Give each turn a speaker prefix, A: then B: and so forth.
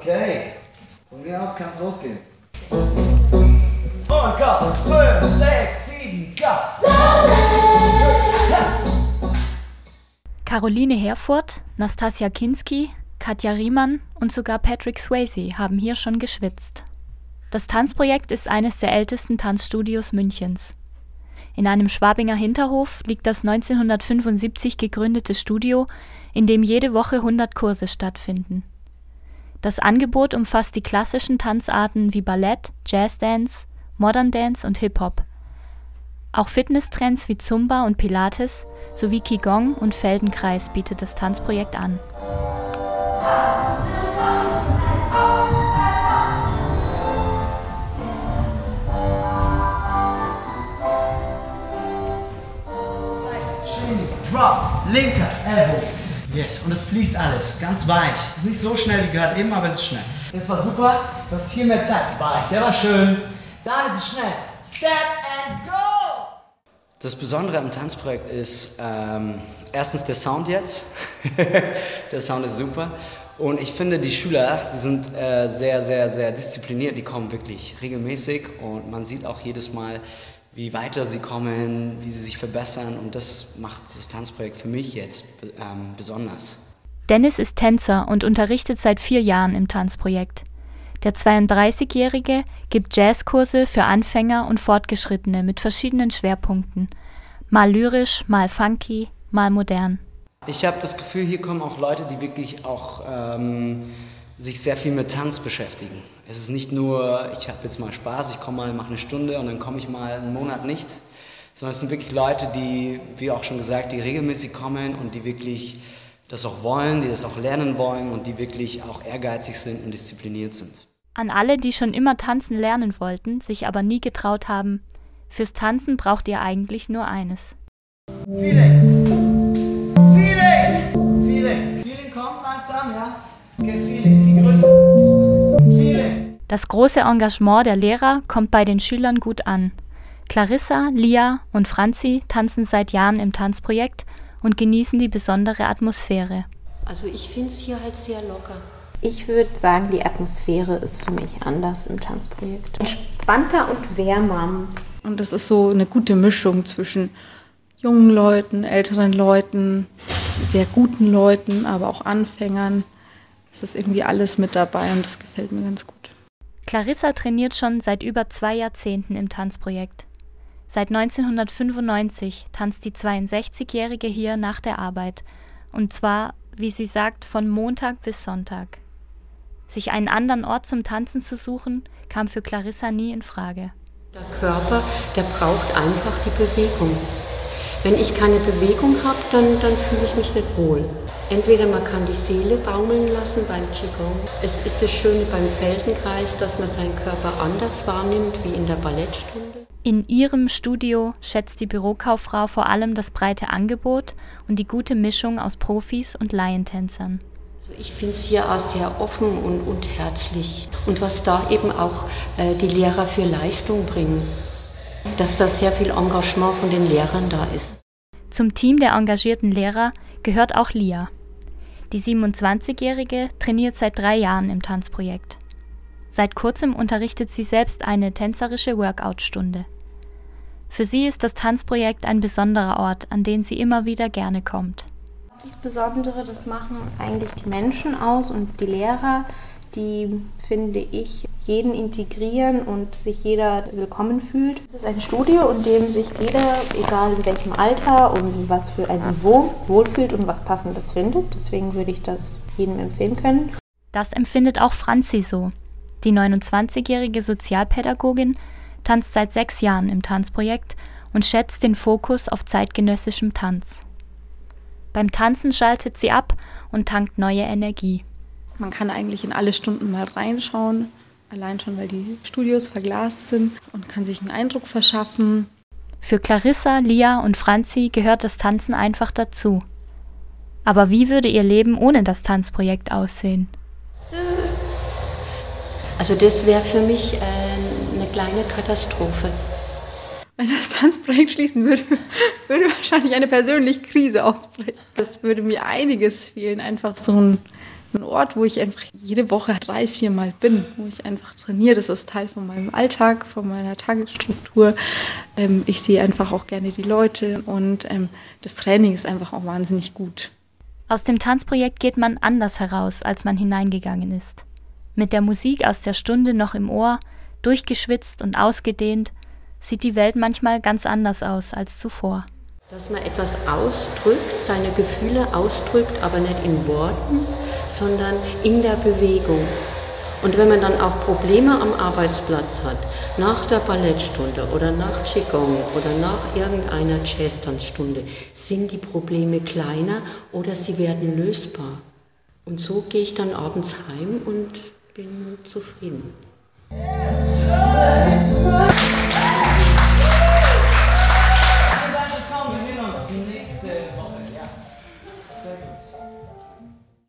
A: Okay, von mir aus kann es losgehen. Und go, 5, 6, 7, go!
B: Caroline Herfurth, Nastassja Kinski, Katja Riemann und sogar Patrick Swayze haben hier schon geschwitzt. Das Tanzprojekt ist eines der ältesten Tanzstudios Münchens. In einem Schwabinger Hinterhof liegt das 1975 gegründete Studio, in dem jede Woche 100 Kurse stattfinden. Das Angebot umfasst die klassischen Tanzarten wie Ballett, Jazzdance, Modern Dance und Hip-Hop. Auch Fitnesstrends wie Zumba und Pilates sowie Qigong und Feldenkreis bietet das Tanzprojekt an.
A: Drop, linker Elbow. Yes, und es fließt alles, ganz weich. Ist nicht so schnell wie gerade eben, aber es ist schnell. Das war super, du hast hier mehr Zeit. Weich, der war schön. Dann ist es schnell. Step and go! Das Besondere am Tanzprojekt ist erstens der Sound jetzt. Der Sound ist super. Und ich finde, die Schüler, die sind sehr, sehr, sehr diszipliniert. Die kommen wirklich regelmäßig und man sieht auch jedes Mal, wie weiter sie kommen, wie sie sich verbessern, und das macht das Tanzprojekt für mich jetzt besonders.
B: Dennis ist Tänzer und unterrichtet seit 4 Jahren im Tanzprojekt. Der 32-Jährige gibt Jazzkurse für Anfänger und Fortgeschrittene mit verschiedenen Schwerpunkten. Mal lyrisch, mal funky, mal modern.
A: Ich habe das Gefühl, hier kommen auch Leute, die wirklich auch sich sehr viel mit Tanz beschäftigen. Es ist nicht nur, ich habe jetzt mal Spaß, ich komme mal, mache eine Stunde und dann komme ich mal einen Monat nicht, sondern es sind wirklich Leute, die, wie auch schon gesagt, die regelmäßig kommen und die wirklich das auch wollen, die das auch lernen wollen und die wirklich auch ehrgeizig sind und diszipliniert sind.
B: An alle, die schon immer tanzen lernen wollten, sich aber nie getraut haben: Fürs Tanzen braucht ihr eigentlich nur eines.
A: Feeling! Feeling! Feeling! Feeling kommt langsam, ja? Okay, Feeling, viel größer. Feeling!
B: Das große Engagement der Lehrer kommt bei den Schülern gut an. Clarissa, Lia und Franzi tanzen seit Jahren im Tanzprojekt und genießen die besondere Atmosphäre.
C: Also ich finde es hier halt sehr locker.
D: Ich würde sagen, die Atmosphäre ist für mich anders im Tanzprojekt. Entspannter und wärmer.
E: Und das ist so eine gute Mischung zwischen jungen Leuten, älteren Leuten, sehr guten Leuten, aber auch Anfängern. Es ist irgendwie alles mit dabei und das gefällt mir ganz gut.
B: Clarissa trainiert schon seit über 2 Jahrzehnten im Tanzprojekt. Seit 1995 tanzt die 62-Jährige hier nach der Arbeit. Und zwar, wie sie sagt, von Montag bis Sonntag. Sich einen anderen Ort zum Tanzen zu suchen, kam für Clarissa nie in Frage.
C: Der Körper, der braucht einfach die Bewegung. Wenn ich keine Bewegung habe, dann fühle ich mich nicht wohl. Entweder man kann die Seele baumeln lassen beim Qigong. Es ist das Schöne beim Feldenkreis, dass man seinen Körper anders wahrnimmt wie in der Ballettstunde.
B: In ihrem Studio schätzt die Bürokauffrau vor allem das breite Angebot und die gute Mischung aus Profis und Laientänzern.
C: Also ich finde es hier auch sehr offen und herzlich. Und was da eben auch die Lehrer für Leistung bringen, dass da sehr viel Engagement von den Lehrern da ist.
B: Zum Team der engagierten Lehrer gehört auch Lia. Die 27-Jährige trainiert seit 3 Jahren im Tanzprojekt. Seit kurzem unterrichtet sie selbst eine tänzerische Workout-Stunde. Für sie ist das Tanzprojekt ein besonderer Ort, an den sie immer wieder gerne kommt.
D: Das Besondere, das machen eigentlich die Menschen aus und die Lehrer, die, finde ich, jeden integrieren und sich jeder willkommen fühlt. Es ist ein Studio, in dem sich jeder, egal in welchem Alter und was für ein Niveau, wohlfühlt und was Passendes findet. Deswegen würde ich das jedem empfehlen können.
B: Das empfindet auch Franzi so. Die 29-jährige Sozialpädagogin tanzt seit 6 Jahren im Tanzprojekt und schätzt den Fokus auf zeitgenössischem Tanz. Beim Tanzen schaltet sie ab und tankt neue Energie.
E: Man kann eigentlich in alle Stunden mal reinschauen, allein schon, weil die Studios verglast sind, und kann sich einen Eindruck verschaffen.
B: Für Clarissa, Lia und Franzi gehört das Tanzen einfach dazu. Aber wie würde ihr Leben ohne das Tanzprojekt aussehen?
C: Also das wäre für mich eine kleine Katastrophe.
E: Wenn das Tanzprojekt schließen würde, würde wahrscheinlich eine persönliche Krise ausbrechen. Das würde mir einiges fehlen, einfach so ein ein Ort, wo ich einfach jede Woche 3-4 Mal bin, wo ich einfach trainiere. Das ist Teil von meinem Alltag, von meiner Tagesstruktur. Ich sehe einfach auch gerne die Leute und das Training ist einfach auch wahnsinnig gut.
B: Aus dem Tanzprojekt geht man anders heraus, als man hineingegangen ist. Mit der Musik aus der Stunde noch im Ohr, durchgeschwitzt und ausgedehnt, sieht die Welt manchmal ganz anders aus als zuvor.
C: Dass man etwas ausdrückt, seine Gefühle ausdrückt, aber nicht in Worten, sondern in der Bewegung. Und wenn man dann auch Probleme am Arbeitsplatz hat, nach der Ballettstunde oder nach Qigong oder nach irgendeiner Jazztanzstunde, sind die Probleme kleiner oder sie werden lösbar. Und so gehe ich dann abends heim und bin zufrieden.